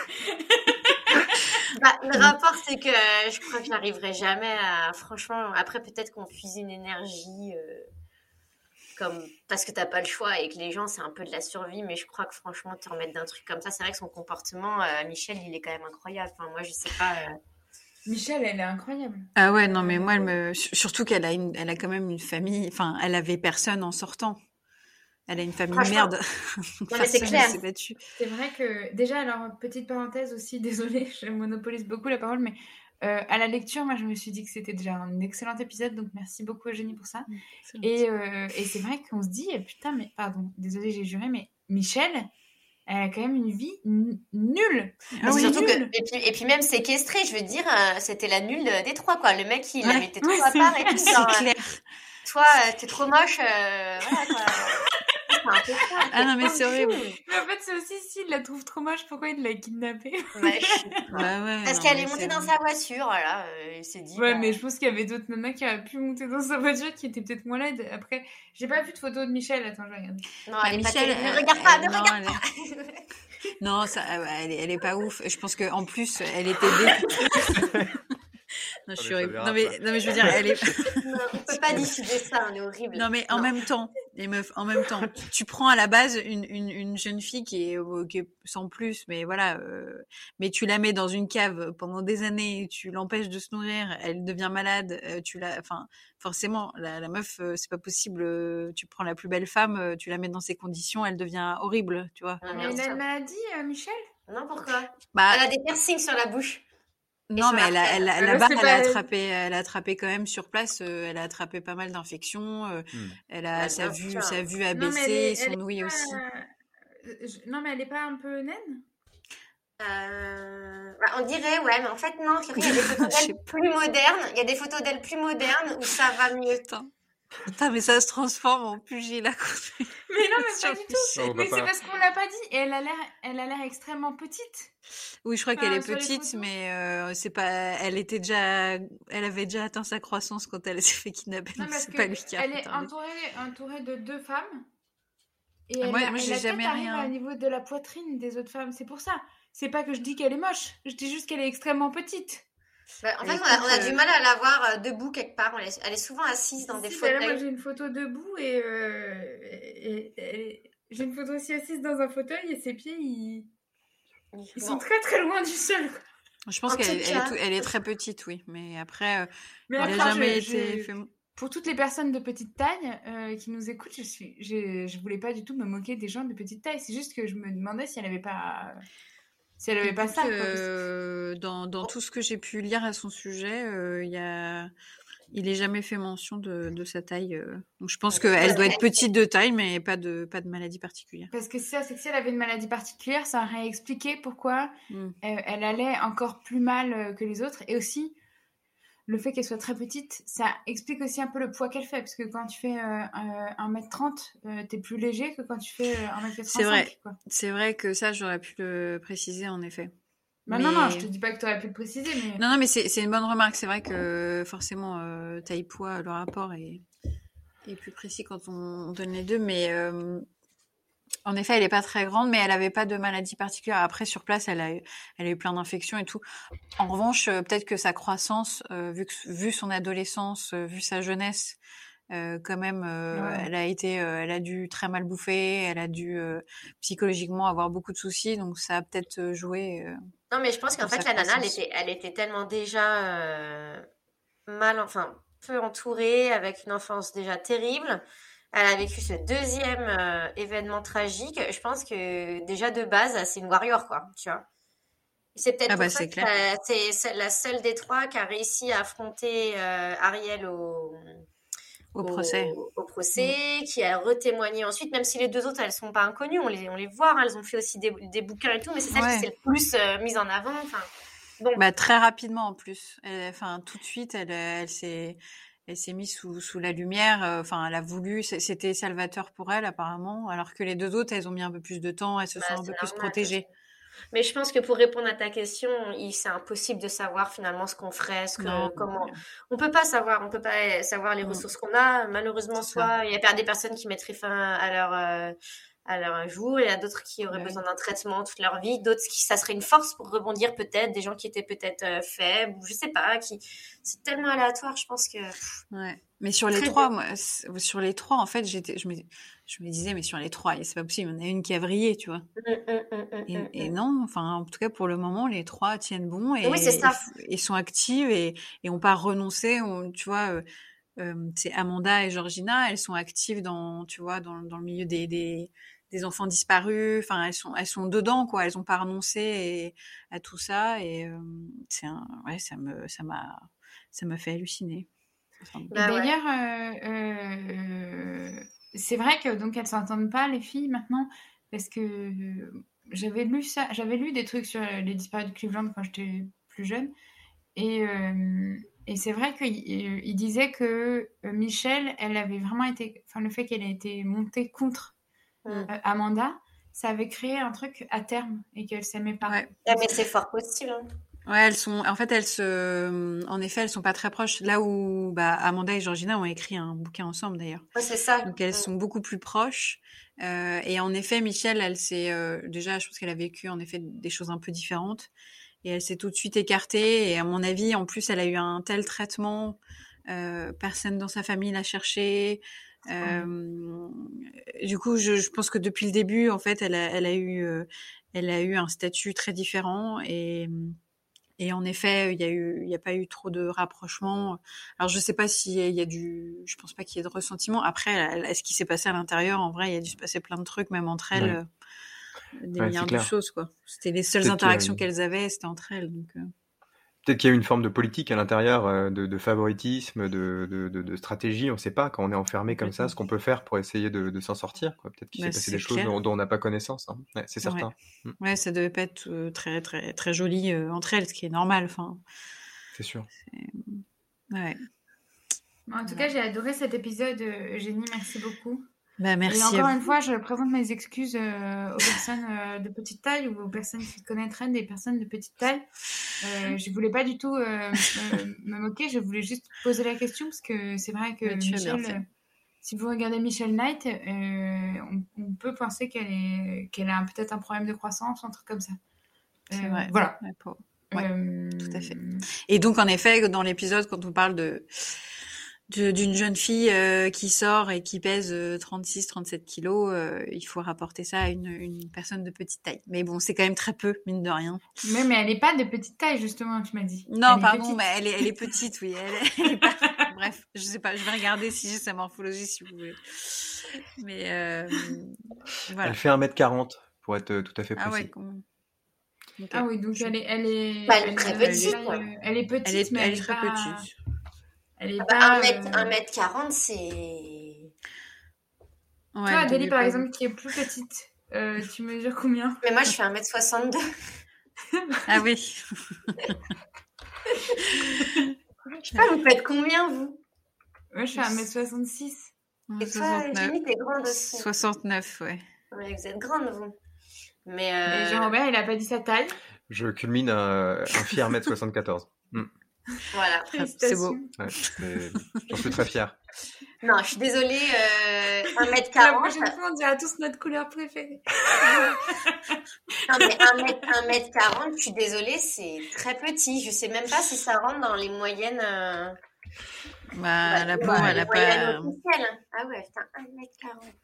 Bah, le rapport, c'est que je crois que j'arriverai jamais à... Franchement, après, peut-être qu'on fuse une énergie comme... parce que t'as pas le choix et que les gens, c'est un peu de la survie, mais je crois que franchement, te remettre d'un truc comme ça, c'est vrai que son comportement, Michel, il est quand même incroyable. Enfin, moi, je sais pas... Michel, elle est incroyable. Ah ouais, non, mais moi, surtout qu'elle elle a quand même une famille, enfin, elle avait personne en sortant. Elle a une famille de merde. Non, mais c'est clair. C'est vrai que, déjà, alors, petite parenthèse aussi, désolée, je monopolise beaucoup la parole, mais à la lecture, moi, je me suis dit que c'était déjà un excellent épisode, donc merci beaucoup, Eugénie, pour ça. Et c'est vrai qu'on se dit, putain, mais, pardon, désolée, j'ai juré, mais Michel, elle a quand même une vie nulle. Ah oui, surtout que, et puis même séquestrée, je veux dire, c'était la nulle des trois, quoi. Le mec, il la mettait trop à part et tout. C'est clair. Toi, t'es trop moche, voilà, quoi. Ah non, mais c'est horrible. Mais en fait, c'est aussi s'il la trouve trop moche, pourquoi il l'a kidnappée? Ouais, parce qu'elle est montée dans sa voiture, voilà, il s'est dit. Ouais, mais je pense qu'il y avait d'autres nanas qui auraient pu monter dans sa voiture qui étaient peut-être moins laides. Après, j'ai pas vu de photo de Michel, attends, je vais regarder. Non, elle est Michel, ne regarde pas, ne regarde pas. Non, ça, elle est pas ouf. Je pense qu'en plus, elle était Non, je suis horrible. Non, mais je veux dire, elle est. Non, on peut pas décider ça, on est horrible. Non, mais en même temps, les meufs, en même temps, tu prends à la base une jeune fille qui est sans plus, mais voilà, mais tu la mets dans une cave pendant des années, tu l'empêches de se nourrir, elle devient malade, enfin, forcément, la meuf, c'est pas possible. Tu prends la plus belle femme, tu la mets dans ces conditions, elle devient horrible, tu vois. Elle a une maladie, Michel? Non, pourquoi? Elle a des piercings sur la bouche. Non, mais elle a attrapé quand même sur place. Elle a attrapé pas mal d'infections. Elle a sa vue a baissé, son ouïe aussi. Non, mais elle est pas un peu naine? On dirait, ouais, mais en fait non. Il y a des photos d'elle plus modernes. Il y a des photos d'elle plus modernes où ça va mieux. Putain, mais ça se transforme en pugile à côté. Mais non, mais pas du tout. Mais c'est parce qu'on l'a pas dit. Et elle a l'air extrêmement petite. Oui, je crois qu'elle est petite, mais c'est pas. Elle avait déjà atteint sa croissance quand elle s'est fait kidnapper. Non, parce c'est pas lui qui a. Elle est entourée de deux femmes. Et moi, j'ai jamais rien. Au niveau de la poitrine des autres femmes. C'est pour ça. C'est pas que je dis qu'elle est moche. Je dis juste qu'elle est extrêmement petite. Bah, en fait, on a du mal à la voir debout quelque part. Elle est souvent assise dans des fauteuils. Moi, j'ai une photo debout et j'ai une photo aussi assise dans un fauteuil et ses pieds, ils sont très très loin du sol. Je pense qu'elle est très petite, oui. Mais après, elle n'a jamais été fait... Pour toutes les personnes de petite taille qui nous écoutent, je voulais pas du tout me moquer des gens de petite taille. C'est juste que je me demandais si elle avait pas... Si elle avait pas ça. Dans tout ce que j'ai pu lire à son sujet, il est jamais fait mention de sa taille. Donc je pense qu'elle doit être petite de taille, mais pas de maladie particulière. Parce que c'est que si elle avait une maladie particulière, ça aurait expliqué pourquoi elle allait encore plus mal que les autres. Et aussi, le fait qu'elle soit très petite, ça explique aussi un peu le poids qu'elle fait. Parce que quand tu fais 1m30, t'es plus léger que quand tu fais 1m85. C'est vrai. Quoi. C'est vrai que ça, j'aurais pu le préciser, en effet. Bah non, je te dis pas que t'aurais pu le préciser, mais... Non, mais c'est une bonne remarque. C'est vrai que forcément, taille-poids, le rapport est plus précis quand on donne les deux. Mais En effet, elle est pas très grande, mais elle avait pas de maladie particulière. Après, sur place, elle a eu plein d'infections et tout. En revanche, peut-être que sa croissance, vu son adolescence, vu sa jeunesse, quand même, elle a dû très mal bouffer, elle a dû psychologiquement avoir beaucoup de soucis, donc ça a peut-être joué Non, mais je pense qu'en pour sa fait, la nana, croissance. elle était tellement déjà peu entourée, avec une enfance déjà terrible. Elle a vécu ce deuxième événement tragique. Je pense que déjà de base, c'est une warrior, quoi, tu vois. Et c'est peut-être Ah pour bah ça c'est que clair. c'est la seule des trois qui a réussi à affronter Ariel Au procès. au procès, qui a retémoigné ensuite, même si les deux autres, elles sont pas inconnues, on les voit, hein, elles ont fait aussi des bouquins et tout, mais c'est celle qui s'est le plus mise en avant. Enfin, bon. Bah très rapidement en plus. Tout de suite, elle s'est mise sous la lumière. Enfin, elle a voulu. C'était salvateur pour elle apparemment, alors que les deux autres, elles ont mis un peu plus de temps. Elles se sont un peu plus protégées. Mais je pense que pour répondre à ta question, c'est impossible de savoir finalement ce qu'on ferait, comment. On peut pas savoir les ressources qu'on a. Malheureusement, soit il y a des personnes qui mettraient fin à leur jour, il y a d'autres qui auraient besoin d'un traitement toute leur vie, d'autres ça serait une force pour rebondir peut-être, des gens qui étaient peut-être faibles, ou je sais pas, c'est tellement aléatoire, je pense que. Ouais. Mais sur les trois, en fait, je me disais, mais sur les trois, c'est pas possible, il y en a une qui a vrillé, tu vois. Et non, enfin, en tout cas, pour le moment, les trois tiennent bon et, oui, c'est ça. et sont actives et ont pas renoncé, tu vois, c'est Amanda et Georgina, elles sont actives dans le milieu des enfants disparus, enfin, elles sont dedans, quoi, elles ont pas renoncé à tout ça et ça m'a fait halluciner. D'ailleurs, c'est vrai que donc elles s'entendent pas les filles maintenant parce que j'avais lu des trucs sur les disparus de Cleveland quand j'étais plus jeune et c'est vrai qu'il disait que Michelle, elle avait vraiment été, enfin le fait qu'elle ait été montée contre Amanda, ça avait créé un truc à terme et qu'elle s'aimait pas. Ouais. Mais c'est fort possible. Hein. Ouais, elles sont pas très proches. Là où Amanda et Georgina ont écrit un bouquin ensemble d'ailleurs. Ouais, c'est ça. Donc elles sont beaucoup plus proches. Et en effet, Michelle, elle s'est déjà, je pense qu'elle a vécu en effet des choses un peu différentes. Et elle s'est tout de suite écartée. Et à mon avis, en plus, elle a eu un tel traitement. Personne dans sa famille l'a cherchée. Du coup, je pense que depuis le début, en fait, elle a eu un statut très différent et en effet, il y a pas eu trop de rapprochement. Alors je sais pas s'il y a je pense pas qu'il y ait de ressentiment. Après, ce qui s'est passé à l'intérieur, en vrai, il y a dû se passer plein de trucs, même entre elles, des milliards de choses, quoi. C'était les seules interactions qu'elles avaient, c'était entre elles, donc. Peut-être qu'il y a eu une forme de politique à l'intérieur, de favoritisme, de stratégie. On ne sait pas quand on est enfermé comme ça, ce qu'on peut faire pour essayer de s'en sortir. Quoi. Peut-être qu'il s'est passé des choses dont on n'a pas connaissance. Hein. Ouais, c'est certain. Ouais, ça devait pas être très très très joli entre elles, ce qui est normal. Enfin. C'est sûr. Ouais. Bon, en tout cas, j'ai adoré cet épisode, Eugénie. Merci beaucoup. Merci. Et encore une fois, je présente mes excuses aux personnes de petite taille ou aux personnes qui connaîtraient des personnes de petite taille. Je voulais pas du tout me moquer, je voulais juste poser la question parce que c'est vrai que Michelle, si vous regardez Michelle Knight, on peut penser qu'elle a peut-être un problème de croissance, un truc comme ça. C'est vrai. Voilà. Ouais, tout à fait. Et donc, en effet, dans l'épisode, quand on parle d'une jeune fille qui sort et qui pèse 36-37 kilos, il faut rapporter ça à une personne de petite taille. Mais bon, c'est quand même très peu, mine de rien. Mais elle est pas de petite taille, justement, tu m'as dit. Non, pardon, mais elle est petite, oui. Elle est pas... Bref, je sais pas, je vais regarder si j'ai sa morphologie, si vous voulez. Mais voilà. Elle fait 1m40, pour être tout à fait précis. Ah ouais, comment... Okay. Ah oui, donc elle est très petite. Elle est petite, mais elle est très pas... petite. Elle est pas... 1m40, c'est... Ouais, toi, Adélie, par exemple, qui est plus petite, tu mesures combien? Mais moi, je fais 1m62. Ah oui. Je sais pas, vous faites combien, vous? Moi, je fais 1m66. Et toi, Jenny, t'es grande aussi. 69, ouais. Ouais, vous êtes grande, vous. Mais Jean-Robert, il a pas dit sa taille. Je culmine un fier 1m74. Voilà. C'est beau. Ouais, j'en suis très fier. Non, je suis désolée, La 1m40. prochaine fois, on dira tous notre couleur préférée. Non, mais 1m40, je suis désolée, c'est très petit. Je sais même pas si ça rentre dans les moyennes. La peau, les elle a moyennes pas. officielles. Ah ouais, putain, 1m40.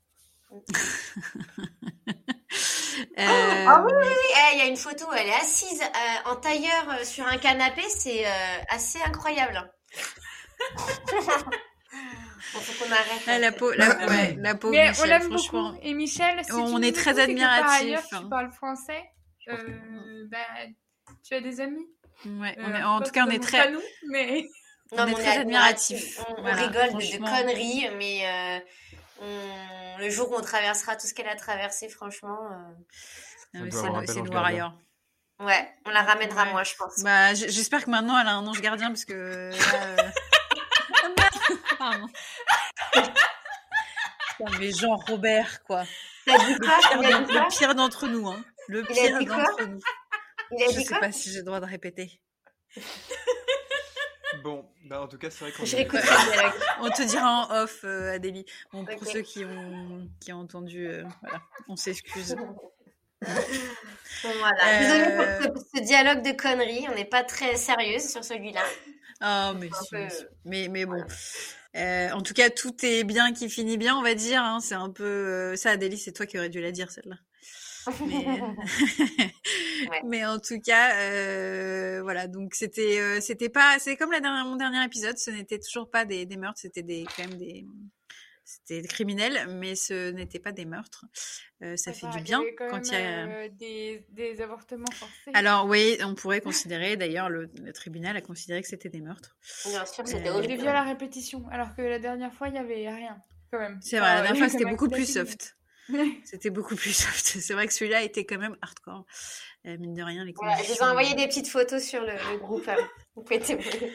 Ah oui, il y a une photo, elle est assise en tailleur sur un canapé, c'est assez incroyable. Bon, faut qu'on arrête. La peau, Mais Michel, on l'aime franchement. beaucoup. Et Michel, si On tu est nous très écoutes et que par ailleurs admiratifs. tu parles français, tu as des amis. Ouais, En tout cas, on est Pas très. nous, mais... Non, On est mais très admiratifs. On Voilà, rigole de franchement. conneries, mais le jour où on traversera tout ce qu'elle a traversé, franchement, Elle doit avoir un bel C'est de ange voir gardien. ailleurs. ouais, on la ramènera, Ouais. moi, je pense. J'espère que maintenant elle a un ange gardien parce que. Pardon. Putain, mais genre Robert, quoi. T'as dit quoi? Le pire d'entre nous, hein. Le Il a pire dit quoi? d'entre nous. Il a Je dit sais quoi? pas si j'ai le droit de répéter. Bon, en tout cas, c'est vrai qu'on Je réécouterai le dialogue. On te dira en off, Adélie. Bon, pour Ok. ceux qui ont entendu, voilà, on s'excuse. Bon, voilà. Désolée pour ce dialogue de conneries, on n'est pas très sérieuse sur celui-là. Oh, mais Un si, peu- mais bon. En tout cas, tout est bien qui finit bien, on va dire. Hein. C'est un peu ça, Adélie, c'est toi qui aurais dû la dire celle-là. Mais... Ouais. mais en tout cas, voilà. Donc c'était pas, c'est comme mon dernier épisode. Ce n'était toujours pas des meurtres, c'était c'était des criminels, mais ce n'était pas des meurtres. Ça fait du bien quand il y a des avortements forcés. Alors oui, on pourrait considérer, d'ailleurs, le tribunal a considéré que c'était des meurtres. Bien sûr, c'était Des horrible. viols à répétition, alors que la dernière fois, il y avait rien, quand même. C'est vrai, la dernière fois, comme c'était beaucoup plus accusation. soft. C'était beaucoup plus soft. C'est vrai que celui-là était quand même hardcore. Mine de rien, les Voilà, je conditions... vous ai envoyé des petites photos sur le groupe. Vous pouvez témoigner.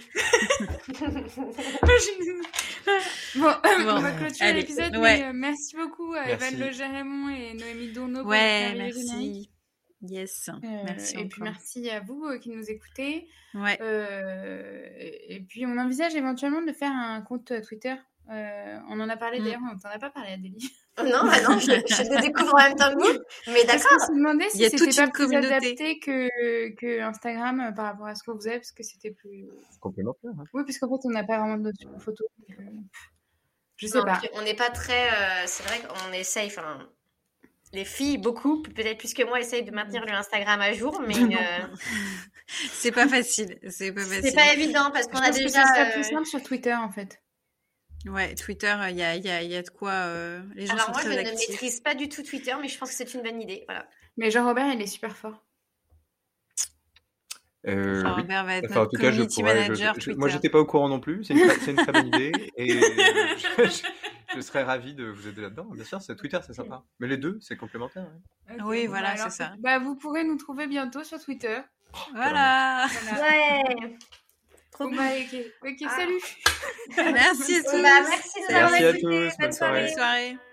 Bon, on va clôturer allez, l'épisode, ouais. mais merci beaucoup à Merci. Evan Le Gérémon et Noémie Dourneau pour Ouais, le générique. merci. Yes, merci Et puis encore. merci à vous qui nous écoutez. Ouais. Et puis on envisage éventuellement de faire un compte Twitter. On en a parlé d'ailleurs, on t'en a pas parlé, Adélie. Non, je le découvre en même temps que vous. Mais Parce d'accord. qu'on se demandait Il y a si toute c'était pas une plus communauté. adapté que Instagram par rapport à ce qu'on faisait, parce que c'était plus... C'est complémentaire. Hein. Oui, parce qu'en fait on n'a pas vraiment de photos. Donc, je sais Non, pas. puis on n'est pas très. C'est vrai qu'on essaye. Enfin, les filles, beaucoup, peut-être plus que moi, essayent de maintenir le Instagram à jour, mais C'est pas facile. C'est pas c'est facile. pas évident parce qu'on Je a pense que déjà. ça serait plus simple sur Twitter en fait. Ouais, Twitter, il y a de quoi... les gens Alors sont moi, je très ne actifs. maîtrise pas du tout Twitter, mais je pense que c'est une bonne idée. Voilà. Mais Jean-Robert, il est super fort. Oui. Robert va être Enfin, en notre tout cas, community manager Twitter. moi, j'étais pas au courant non plus. C'est une très bonne idée. Et je serais ravi de vous aider là-dedans. Bien sûr, c'est Twitter, c'est sympa. Mais les deux, c'est complémentaire. Ouais. Ok, Oui, bon, voilà, alors, c'est ça. Vous pourrez nous trouver bientôt sur Twitter. Voilà. Voilà. Ouais. Bon, ok, Ah. salut. Merci à tous. Merci de nous avoir Merci à écoutés. tous. Bonne soirée. Bonne soirée.